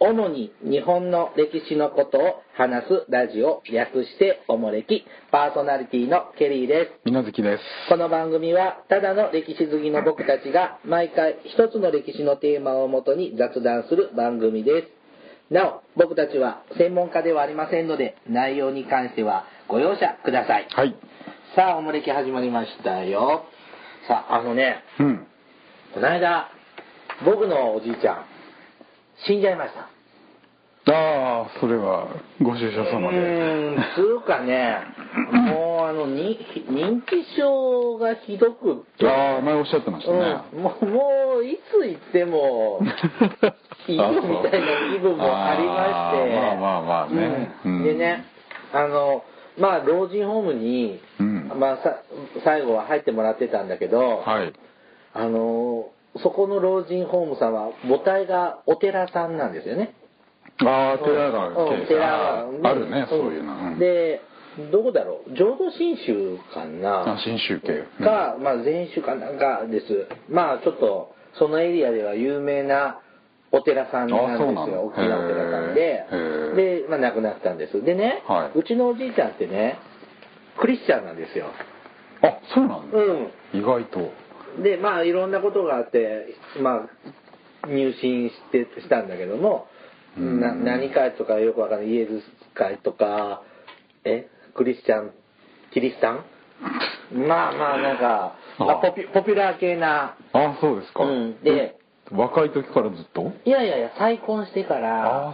主に日本の歴史のことを話すラジオ、略しておもれき、パーソナリティのケリーです。 みなずきです。 この番組はただの歴史好きの僕たちが毎回一つの歴史のテーマをもとに雑談する番組です。なお、僕たちは専門家ではありませんので、内容に関してはご容赦ください。 はい。 さあ、おもれき始まりましたよ。さあ、この間、僕のおじいちゃん、死んじゃいました。 ああ、それはご愁傷様で。 つうかね、もう認知症がひどくって。 ああ、前おっしゃってましたね。 もういつ行ってもいいよみたいな気分もありまして。 まあね。 でね、老人ホームに、最後は入ってもらってたんだけど、 はい。 そこの老人ホームさんは母体がお寺さんなんですよね。 ああ、寺があるね、そういうの。 で、どこだろう、浄土真宗かな。 真宗系。 か、禅宗かなんかです。ちょっと、そのエリアでは有名なお寺さんなんですよ。大きなお寺さんで。で、亡くなったんです。でね、うちのおじいちゃんってね、クリスチャンなんですよ。 あ、そうなんだ。意外と。 で、いろんなことがあって、入信したんだけども、何会とかよくわかんない、イエズス会とか、クリスチャン、キリシタンなんか、ポピュラー系な。 あ、そうですか。 で、 若い時からずっと？ いや、再婚してから、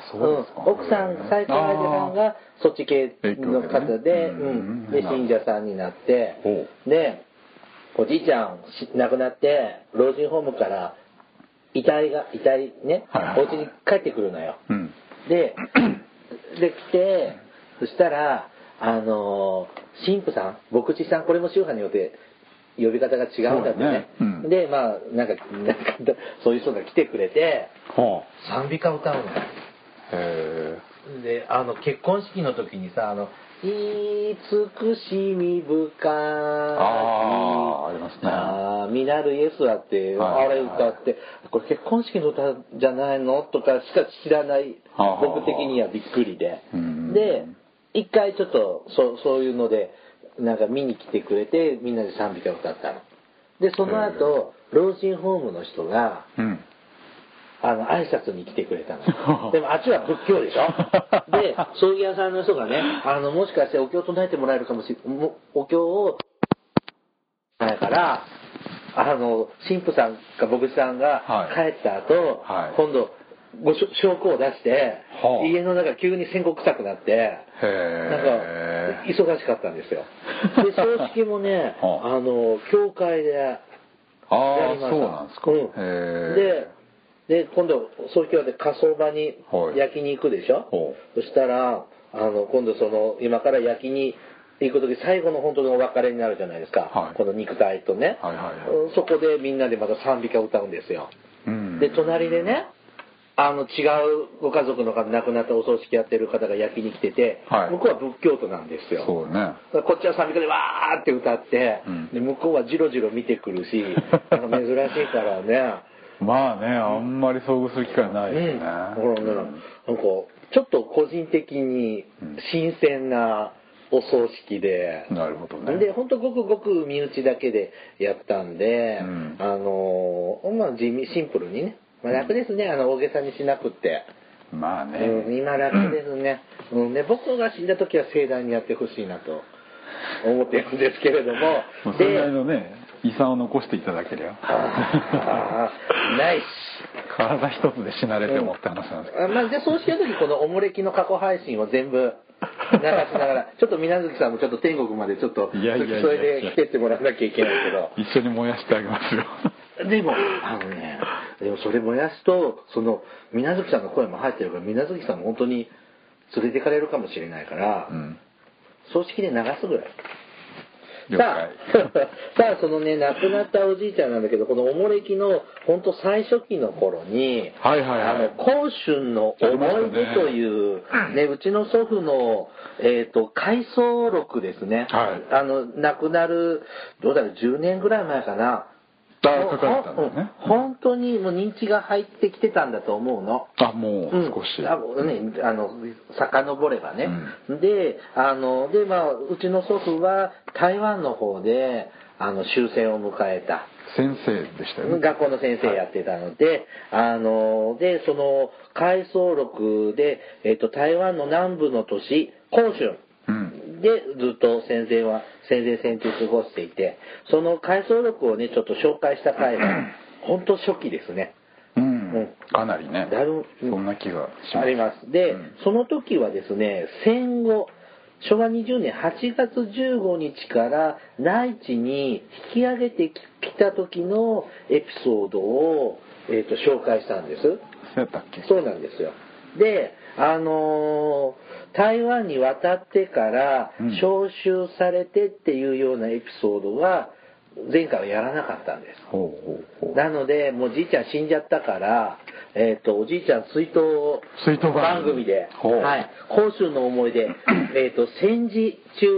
そうですか。 奥さん、再婚相手さんがそっち系の方で、で、信者さんになって、で、おじいちゃん亡くなって、老人ホームから遺体ね、お家に帰ってくるのよ。で、来て、そしたら、神父さん、牧師さん、これも宗派によって呼び方が違うんだってね。で、なんかそういう人が来てくれて、賛美歌歌うのよ。で、結婚式の時にさ、慈しみ深いありますね。 みなるイエスはって、あれ歌って、これ結婚式の歌じゃないのとかしか知らない僕的にはびっくりで。で、一回ちょっとそういうので、なんか見に来てくれて、みんなで賛美歌を歌ったの。で、その後、老人ホームの人が、挨拶に来てくれたの。でもあっちは仏教でしょ。で、葬儀屋さんの人がね、もしかしてお経を唱えてもらえるかもしれない、お経をないから、神父さんか牧師さんが帰った後、今度証拠を出して、家の中急に線香臭くなって、なんか忙しかったんですよ。で、葬式もね、教会でやりました。 そうなんですか。 で、今度、葬式はで火葬場に焼きに行くでしょ。そしたら、今度今から焼きに行くとき、最後の本当のお別れになるじゃないですか。この肉体とね。そこでみんなでまた賛美歌を歌うんですよ。で、隣でね、違うご家族の方、亡くなったお葬式やってる方が焼きに来てて、向こうは仏教徒なんですよ。 そうね。 こっちは賛美歌でわーって歌って、で向こうはじろじろ見てくるし、なんか珍しいからね。 あんまり遭遇する機会ないですね。 なんかちょっと個人的に新鮮なお葬式で、 なるほどね。 で、本当ごくごく身内だけでやったんで、地味シンプルにね、楽ですね、大げさにしなくって。今楽ですね。で、僕が死んだ時は盛大にやってほしいなと思ってるんですけれども、 それなりのね、遺産を残していただけりゃ。 ないし。 体一つで死なれてもって話なんですけど。 で、そうした時このおもれきの過去配信を全部流しながら、ちょっと水月さんもちょっと天国までちょっと、それで来てってもらわなきゃいけないけど。 一緒に燃やしてあげますよ。 でもそれ燃やすと、水月さんの声も入ってるから、水月さんも本当に連れてかれるかもしれないから、葬式で流すぐらい。さあ、そのね、亡くなったおじいちゃんなんだけど、このおもれきの本当最初期の頃に、光春の思い出という、ね、うちの祖父の、回想録ですね。亡くなる、どうだろう、10年ぐらい前かな。 かかったんだね。 本当にもう認知が入ってきてたんだと思うの。 もう少し。 遡ればね。で、まあ、うちの祖父は台湾の方で、終戦を迎えた。 先生でしたよね。 学校の先生やってたので、で、その、回想録で、台湾の南部の都市、広州。でずっと戦前中過ごしていて、その回想録をねちょっと紹介した回が本当初期ですね。 かなりね。そんな気がします。 あります。で、その時はですね、戦後昭和20年8月15日から内地に引き上げてきた時のエピソードを、紹介したんです。 そうやったっけ？ そうなんですよ。で、台湾に渡ってから召集されてっていうようなエピソードは前回はやらなかったんです。なのでもうじいちゃん死んじゃったから、おじいちゃん追悼番組で、はい、広州の思い出、戦時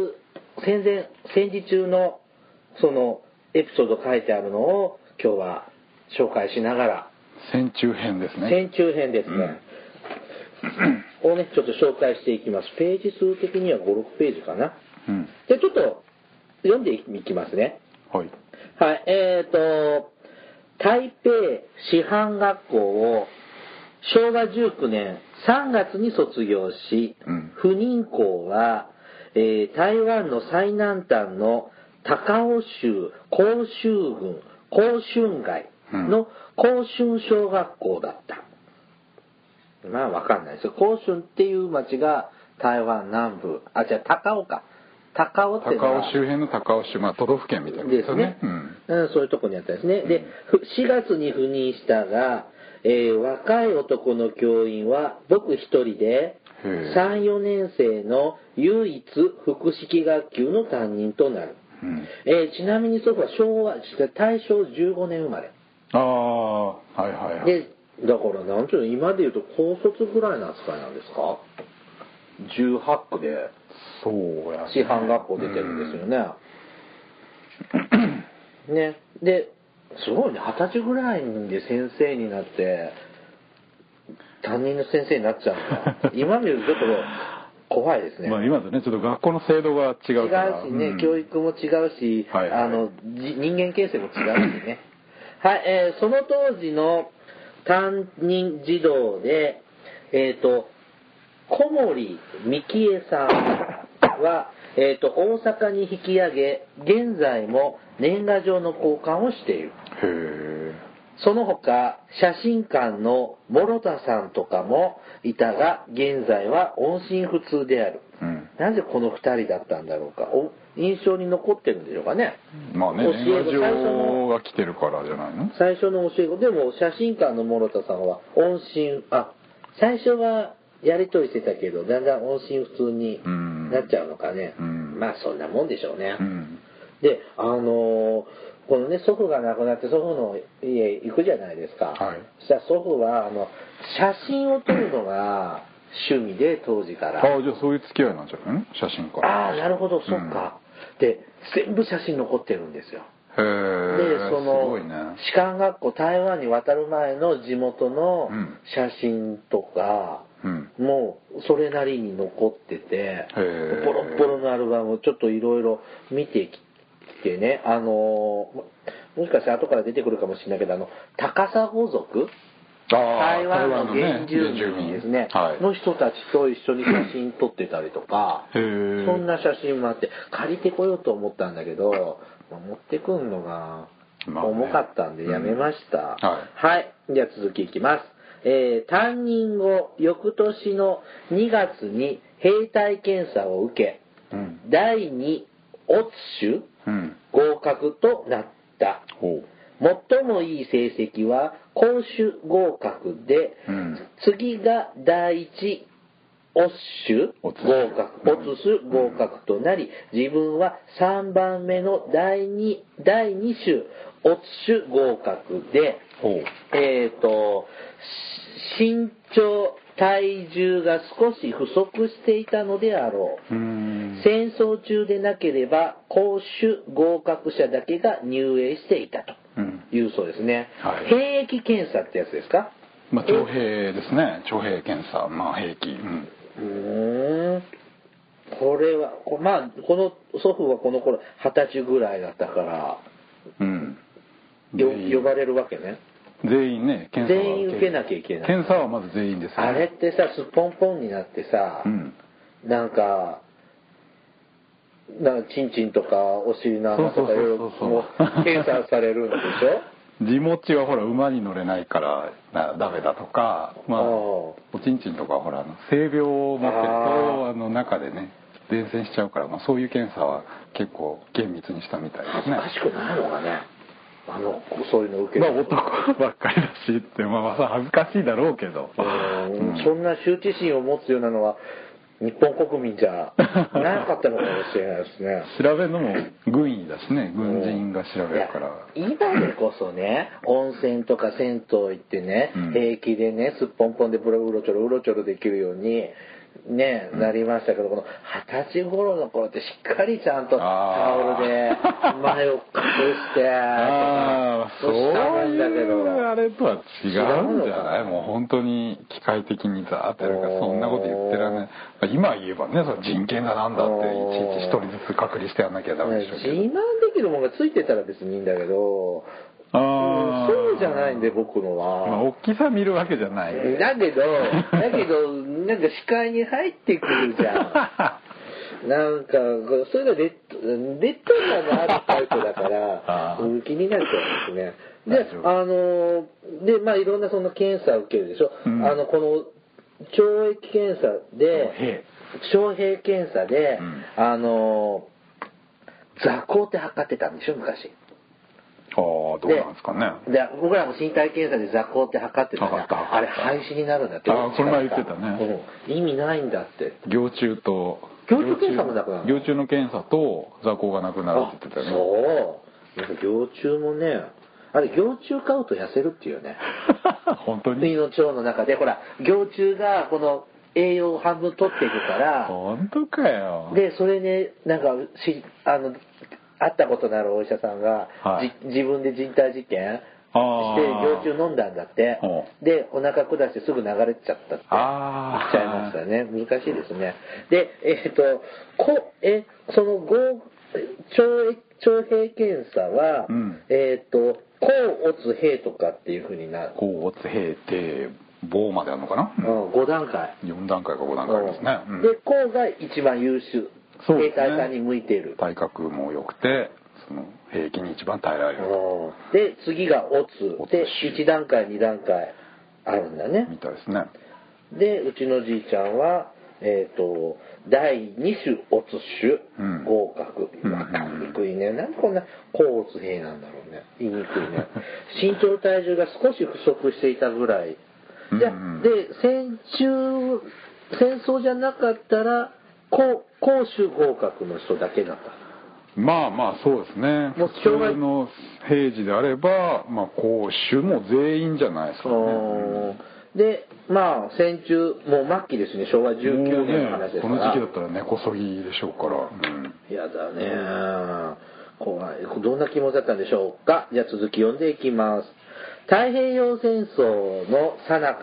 中のそのエピソード書いてあるのを今日は紹介しながら。 戦中編ですね。 戦中編ですね。をね、ちょっと紹介していきます。ページ数的には5、6ページかな。で、ちょっと読んでいきますね。 はい。 はい、台北師範学校を昭和19年3月に卒業し、赴任校は、台湾の最南端の高雄州広州郡広春街の広春小学校だった。まあわかんないですよ。広春っていう町が台湾南部、高雄か。高雄って高雄周辺の高雄市、都道府県みたいなですね。そういうとこにあったんですね。で、4月に赴任したが、若い男の教員は僕一人で3、4年生の唯一複式学級の担任となる。ちなみに祖父は大正15年生まれ。で、だからなんていうの、今で言うと高卒ぐらいの扱いなんですか？18区で師範学校出てるんですよね。ね。で、すごいね、20歳ぐらいで先生になって担任の先生になっちゃうんだ。今見るとちょっと怖いですね。 今とねちょっと学校の制度が違うから。 違うしね、教育も違うし、人間形成も違うしね。はい、その当時の担任児童で、小森美希恵さんは、大阪に引き上げ、現在も年賀状の交換をしている。その他、写真館の諸田さんとかもいたが、現在は音信不通である。なぜこの2人だったんだろうか。印象に残ってるんでしょうかね。 年賀状が来てるからじゃないの？ 最初の教え子。でも写真館の諸田さんは最初はやりとりしてたけどだんだん音信不通になっちゃうのかね。まあそんなもんでしょうね。でこのね祖父が亡くなって祖父の家行くじゃないですか。そしたら祖父は写真を撮るのが趣味で当時から。 じゃあそういう付き合いなんじゃないの？写真家。 なるほど、そっか。で全部写真残ってるんですよ。でその士官学校台湾に渡る前の地元の写真とか、もうそれなりに残ってて、ボロッボロのアルバムをちょっといろいろ見てきてね、もしかして後から出てくるかもしれないけど高砂族、台湾の原住民ですね、の人たちと一緒に写真撮ってたりとか、そんな写真もあって借りてこようと思ったんだけど持ってくんのが重かったんでやめました。はい、じゃあ続きいきます。担任後翌年の2月に兵隊検査を受け、第2オツ種合格となった。最もいい成績は公主合格で、次が第1オツ種合格となり、自分は3番目の第2種オツ種合格で、身長体重が少し不足していたのであろう。戦争中でなければ公主合格者だけが入営していたと。 いうそうですね、 はい、 兵役検査ってやつですか？ まあ、徴兵ですね。徴兵検査、まあ、兵役。 これはまあこの祖父はこの頃20歳ぐらいだったから、呼ばれるわけね。 全員ね、検査は全員受けなきゃいけない。 検査はまず全員ですよね。 あれってさ、すっぽんぽんになってさ、なんかチンチンとかお尻の穴とかいろいろ検査されるんでしょ？ 地持ちはほら馬に乗れないからダメだとか、まあおちんちんとかほら性病を持ってると中でね伝染しちゃうから、まあ、そういう検査は結構厳密にしたみたいですね。 恥ずかしくないのかね、そういうの受ける。 まあ男ばっかりだしって、まあ恥ずかしいだろうけど、 そんな羞恥心を持つようなのは日本国民じゃなかったのかもしれないですね。 調べるのも軍医だしね、軍人が調べるから。 今でこそね、温泉とか銭湯行ってね、平気でね、すっぽんぽんでうろちょろできるようにね、なりましたけど、この20歳頃の頃ってしっかりちゃんとタオルで前を隠してそういうあれとは違うんじゃない？もう本当に機械的にザーってやるからそんなこと言ってられない。今言えばね、その人権だなんだっていちいち一人ずつ隔離してやんなきゃダメでしょうけど、 自慢できるものがついてたら別にいいんだけど、そうじゃないんで僕のは、 まあ、大きさ見るわけじゃない。 だけどなんか視界に入ってくるじゃん。なんかそれが劣等感があるタイプだから気になっちゃうんですね。でまあいろんなその検査を受けるでしょ。この懲役検査で徴兵検査で座高って測ってたんでしょ昔。 どうなんですかね。 で僕らも身体検査で座高って測ってたらあれ廃止になるんだって。 それ前言ってたね。 意味ないんだって。 蟯虫検査もなくなる。 蟯虫の検査と座高がなくなるって言ってたよね。 そう。蟯虫もね、あれ蟯虫飼うと痩せるっていうね。 本当に。 胃の腸の中でほら蟯虫がこの栄養を半分取っていくから。 本当かよ。 でそれねなんか会ったことのあるお医者さんが、自分で人体実験して蟯虫飲んだんだって。でお腹下してすぐ流れちゃったって言っちゃいましたね。難しいですね。でその徴兵検査は、甲乙兵とかっていうふうになる。 甲乙兵って棒まであるのかな ？5段階。 4段階か5段階ですね。 で甲が一番優秀。兵隊さんに向いている。 体格も良くてその兵役に一番耐えられる。 で次が乙で1段階2段階あるんだね。 みたいですね。 でうちのじいちゃんは第2種乙種合格。わかりにくいね。なんでこんな甲乙兵なんだろうね。言いにくいね。身長体重が少し不足していたぐらい。で戦争じゃなかったら攻守合格の人だけだった。 まあそうですね。普通の兵士であれば攻守も全員じゃないですかね。 でまあ戦中もう末期ですね。昭和19年の話ですから。 この時期だったら根こそぎでしょうから。 やだね。怖い。どんな気持ちだったんでしょうか。じゃあ続き読んでいきます。太平洋戦争の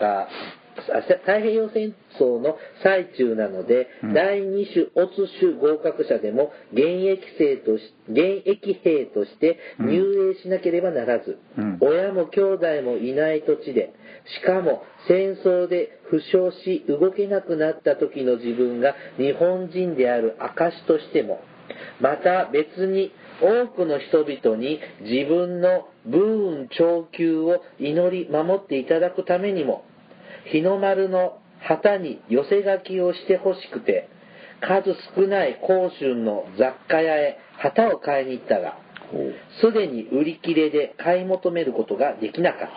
最中なので、第二種乙種合格者でも現役兵として入営しなければならず、親も兄弟もいない土地で、しかも戦争で負傷し動けなくなった時の自分が日本人である証としても、また別に多くの人々に自分の武運長久を祈り守っていただくためにも、日の丸の旗に寄せ書きをしてほしくて、数少ない甲春の雑貨屋へ旗を買いに行ったが、すでに売り切れで買い求めることができなかった。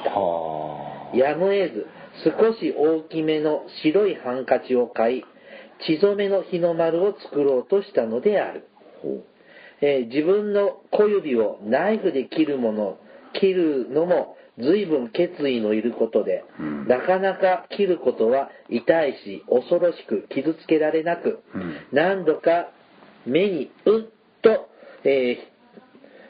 やむを得ず少し大きめの白いハンカチを買い、血染めの日の丸を作ろうとしたのである。自分の小指をナイフで切るのも随分決意のいることで、なかなか切ることは痛いし恐ろしく傷つけられなく、何度か目にうっと、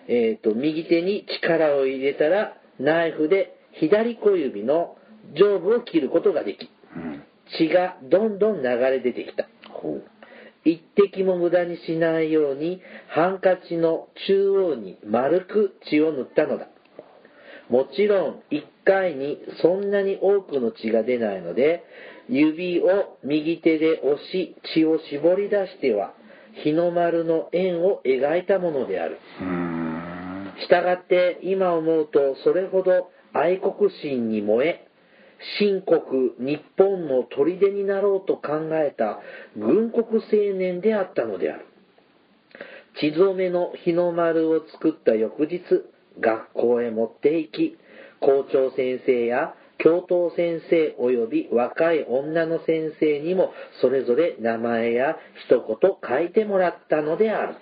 右手に力を入れたらナイフで左小指の上部を切ることができ、血がどんどん流れ出てきた。一滴も無駄にしないようにハンカチの中央に丸く血を塗ったのだ。もちろん一回にそんなに多くの血が出ないので、指を右手で押し血を絞り出しては日の丸の円を描いたものである。したがって今思うとそれほど愛国心に燃え、新国日本の砦になろうと考えた軍国青年であったのである。血染めの日の丸を作った翌日、学校へ持って行き、校長先生や教頭先生及び若い女の先生にもそれぞれ名前や一言書いてもらったのである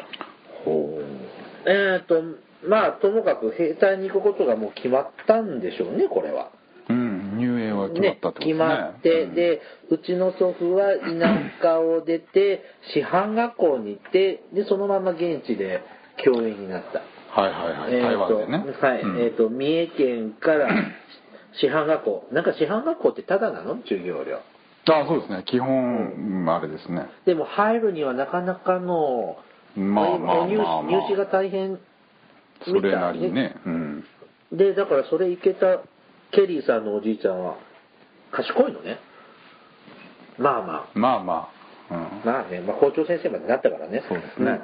と。まあともかく兵隊に行くことがもう決まったんでしょうね、これは。 入営は決まったってことですね。 決まって、でうちの祖父は田舎を出て師範学校に行って、でそのまま現地で教員になった。 台湾でね。 三重県から師範学校、なんか師範学校ってただなの？授業料。 そうですね、基本、あれですね。 でも入るにはなかなかの入試が大変みたい。 それなりにね。 でだからそれ行けたケリーさんのおじいちゃんは賢いのね。まあね、校長先生までなったからね。 そうですね。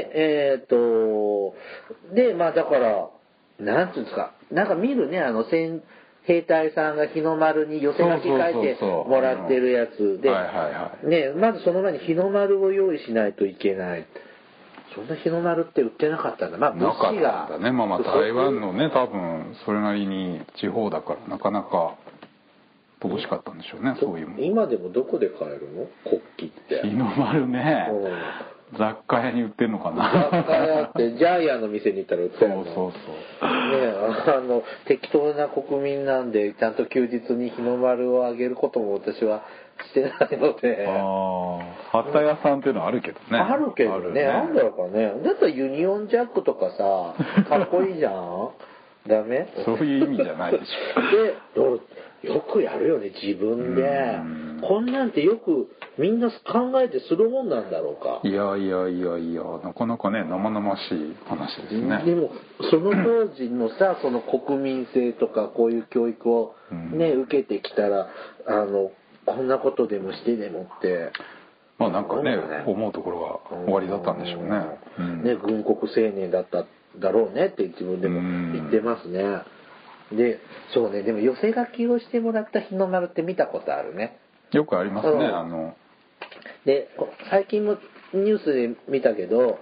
でまあだからなんていうんですか、なんか見るね、兵隊さんが日の丸に寄せ書き書いてもらってるやつで、ね、まずその前に日の丸を用意しないといけない。そんな日の丸って売ってなかったんだ。物資がなかったんだね。台湾のね、多分それなりに地方だからなかなか乏しかったんでしょうね、そういうもん。 今でもどこで買えるの？国旗って。 日の丸ね。雑貨屋に売ってんのかな。 雑貨屋ってジャイアンの店に行ったら売ってるの。 そう。 ね、適当な国民なんでちゃんと休日に日の丸をあげることも私はしてないので。 旗屋さんっていうのはあるけどね。 あるけどね。なんだろうかね。だったらユニオンジャックとかさ、かっこいいじゃん。ダメ？ そういう意味じゃないでしょ。 で、よくやるよね、自分で。こんなんてよくみんな考えてするもんなんだろうか。 いや、なかなかね、生々しい話ですね。 でも、その当時のさ、その国民性とかこういう教育をね、受けてきたら、こんなことでもしてでもって。 なんかね、思うところは終わりだったんでしょうね。 ね、軍国青年だっただろうねって自分でも言ってますね。で、そうね、でも寄せ書きをしてもらった日の丸って見たことあるね。 よくありますね。 で、最近もニュースで見たけど、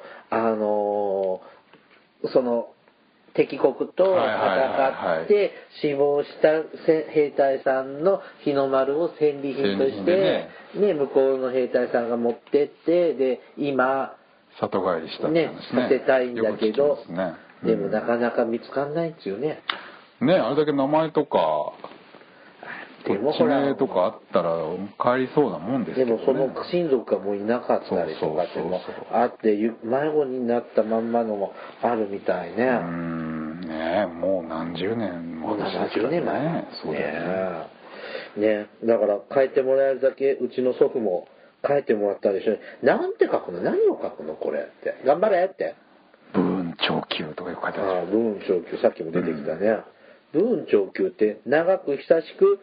その敵国と戦って死亡した兵隊さんの日の丸を戦利品としてね、向こうの兵隊さんが持ってってで今里帰りしたってねさせたいんだけど、でもなかなか見つかんないんですよね。 ね、あれだけ名前とか地名とかあったら帰りそうなもんですけどね。 でもその親族がもういなかったりとかってもあって迷子になったまんまのもあるみたいね。 ね、もう何十年も 70年前ね。 そうだよね。だから書いてもらえるだけうちの祖父も書いてもらったでしょ。なんて書くの？何を書くのこれって。頑張れって。 武運長久とかよく書いてある。 武運長久、さっきも出てきたね。武運長久って長く久しく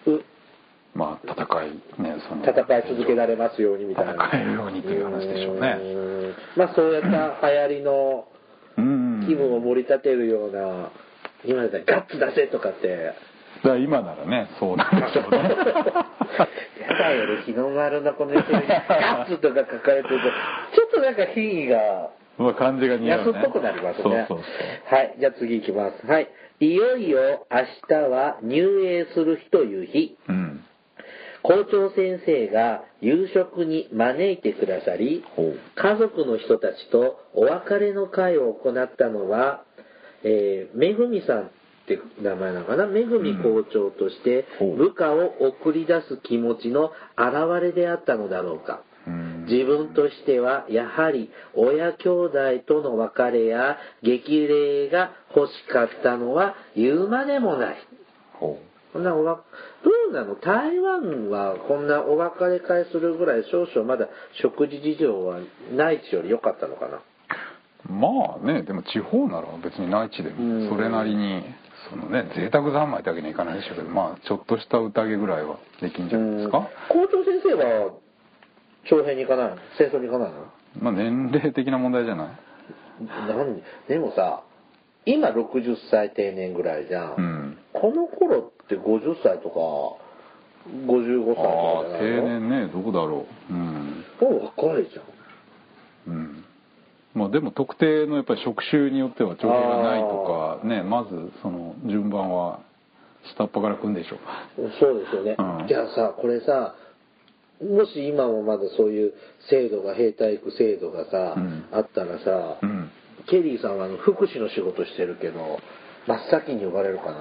戦い続けられますようにみたいな。 戦えるようにという話でしょうね。 そうやった流行りの気分を盛り立てるような、今だったらガッツ出せとかって。 今ならね、そうなんでしょうね。 やだよね、日の丸のこの人にガッツとか書かれてると、ちょっとなんか品位が、 感じが似合うね。 安っぽくなりますね。 そう。 はい、じゃあ次いきます。はい。いよいよ明日は入営する日という日。校長先生が夕食に招いてくださり、家族の人たちとお別れの会を行ったのは、めぐみさんって名前なのかな、めぐみ校長として部下を送り出す気持ちの表れであったのだろうか。 自分としてはやはり親兄弟との別れや激励が欲しかったのは言うまでもない。こんなどうなの、台湾はこんなお別れ会するぐらい少々まだ食事事情は内地より良かったのかな。 まあね、でも地方なら別に内地でもそれなりにそのね贅沢三昧ってわけにはいかないでしょうけど、まあちょっとした宴ぐらいはできんじゃないですか。 校長先生は徴兵に行かないの、戦争に行かないの。 まあ年齢的な問題じゃない。 でもさ、今60歳定年ぐらいじゃん、この頃って50歳とか55歳とかじゃないの。 定年ね、どこだろう。 もう若いじゃん。 まあでも特定のやっぱり職種によっては徴兵がないとかね、まずその順番は下っ端から来るんでしょう。 そうですよね。じゃあさ、これさ、もし今もまだそういう制度が、兵隊行く制度がさ、あったらさ、ケリーさんは福祉の仕事してるけど真っ先に呼ばれるか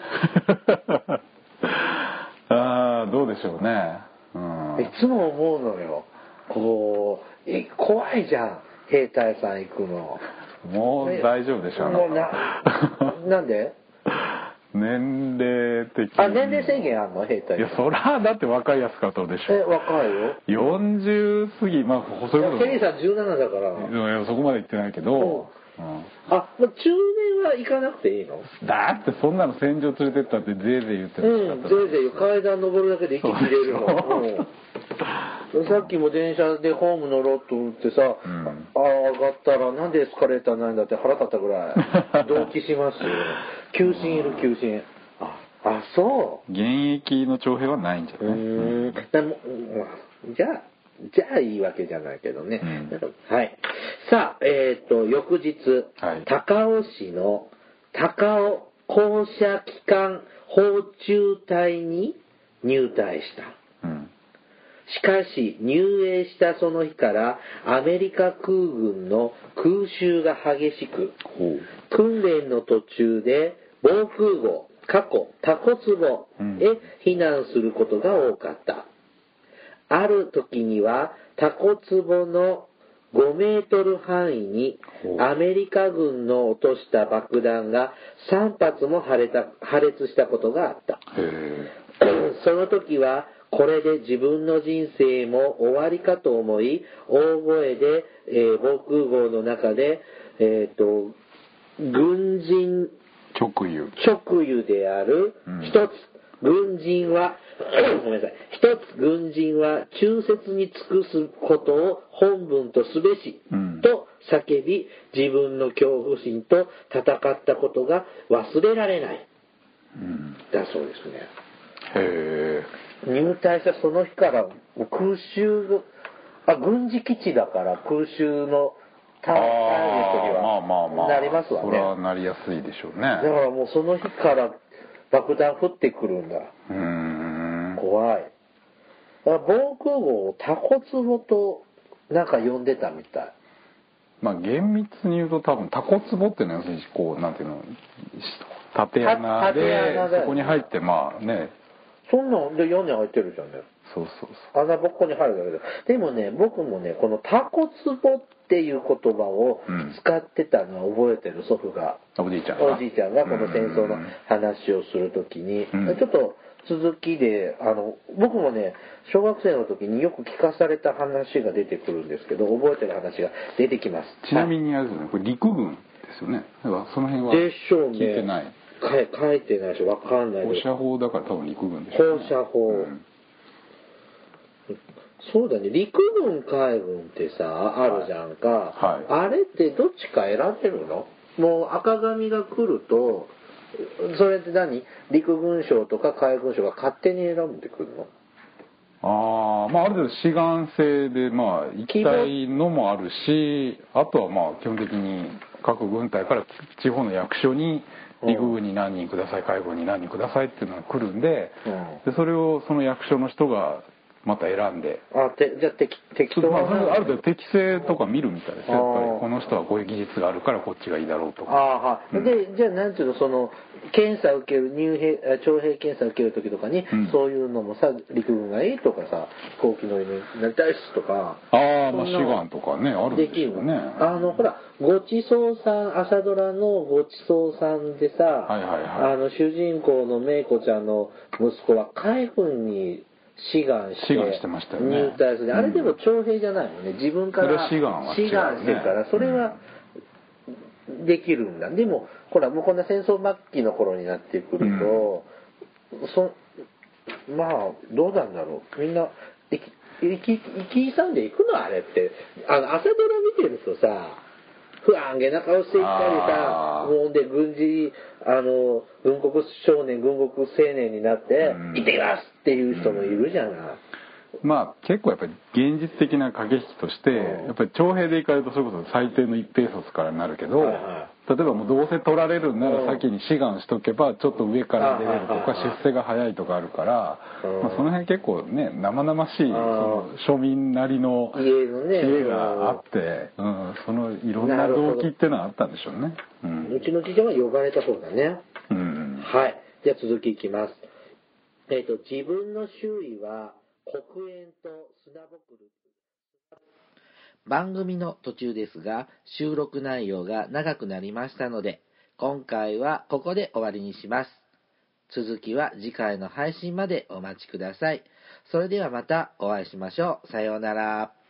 な。どうでしょうね。 いつも思うのよ、こう怖いじゃん、兵隊さん行くの。 もう大丈夫でしょうね。 なんで年齢的に。 年齢制限あんの、兵隊。 いや、そらだって若いやつから取るでしょ。 若いよ。 40過ぎ、まあそういうこと。 ケリーさん17だから。 いや、そこまで言ってないけど。 もう中年は行かなくていいの。 だってそんなの戦場連れてったってぜいぜい言ってるしかった。 ぜいぜい階段登るだけで息切れるの。さっきも電車でホーム乗ろうと思ってさ、上がったらなんでエスカレーターないんだって腹立ったぐらい動悸しますよ。休診いる、休診。そう。 現役の徴兵はないんじゃない。 じゃあいいわけじゃないけどね。はい。さあ、翌日、高尾市の高尾降車機関砲中隊に入隊した。しかし入営したその日からアメリカ空軍の空襲が激しく、訓練の途中で防空壕タコ壺へ避難することが多かった。ある時にはタコ壺の5メートル範囲にアメリカ軍の落とした爆弾が3発も破裂したことがあった。その時はこれで自分の人生も終わりかと思い、大声で、防空壕の中で、軍人直輸である一つ軍人は忠節に尽くすことを本分とすべし、と叫び、自分の恐怖心と戦ったことが忘れられない、だそうですね。入隊したその日から空襲軍事基地だから空襲のターゲットにはなりますわね。 それはなりやすいでしょうね。だからもうその日から爆弾降ってくるんだ。怖い。防空壕をタコ壺となんか呼んでたみたい。 まあ厳密に言うと多分タコ壺っていうのは要するにこうなんていうの、縦穴でそこに入ってまあね。 そんなんで屋根開いてるじゃんね。 そう穴ぼっこに入るだけで。でもね、僕もね、このタコ壺っていう言葉を使ってたのは覚えてる、祖父が。 おじいちゃんがこの戦争の話をするときに、ちょっと続きで、僕もね、小学生の時によく聞かされた話が出てくるんですけど、覚えてる話が出てきます。 ちなみにあれですね、これ陸軍ですよね。だからその辺は聞いてない。 書いてないし、わかんない放射砲だから多分陸軍でしょうね。 放射砲。そうだね、陸軍海軍ってさあるじゃんか、あれってどっちか選べるの？もう赤紙が来るとそれって陸軍省とか海軍省が勝手に選んでくるの？ まあある程度志願制でまあ行きたいのもあるし、あとはまあ基本的に各軍隊から地方の役所に陸軍に何人ください、海軍に何人くださいっていうのが来るんで、でそれをその役所の人がまた選んで、 じゃあ適当な、 ある程度適性とか見るみたいですよ。やっぱりこの人はこういう技術があるからこっちがいいだろうとか。 でじゃあなんていうの、その検査受ける徴兵検査受ける時とかに、そういうのもさ、陸軍がいいとかさ、飛行機乗りになりたいっすとか、 志願とかね、あるんでしょうね。 ほらごちそうさん、朝ドラのごちそうさんでさ、主人公の芽衣子ちゃんの息子は海軍に志願してましたよね。 入隊する。あれでも徴兵じゃないのね。自分から志願してるから、それはできるんだ。でもほらもうこんな戦争末期の頃になってくると、まあどうなんだろう。みんな生き勇んでいくのあれって。朝ドラ見てるとさ、不安げな顔していったりさ、もうで軍国少年、軍国青年になって、行ってきますっていう人もいるじゃない。 まあ結構やっぱり現実的な駆け引きとして、やっぱり徴兵で行かれるとそれこそ最低の一兵卒からになるけど、例えばもうどうせ取られるんなら先に志願しとけばちょっと上から出れるとか出世が早いとかあるから、その辺結構ね生々しいその庶民なりの知恵があって、そのいろんな動機っていうのはあったんでしょうね。 うちの父は呼ばれた方だね。はい。じゃあ続きいきます。自分の周囲は黒煙と砂ぼこり。番組の途中ですが、収録内容が長くなりましたので、今回はここで終わりにします。続きは次回の配信までお待ちください。それではまたお会いしましょう。さようなら。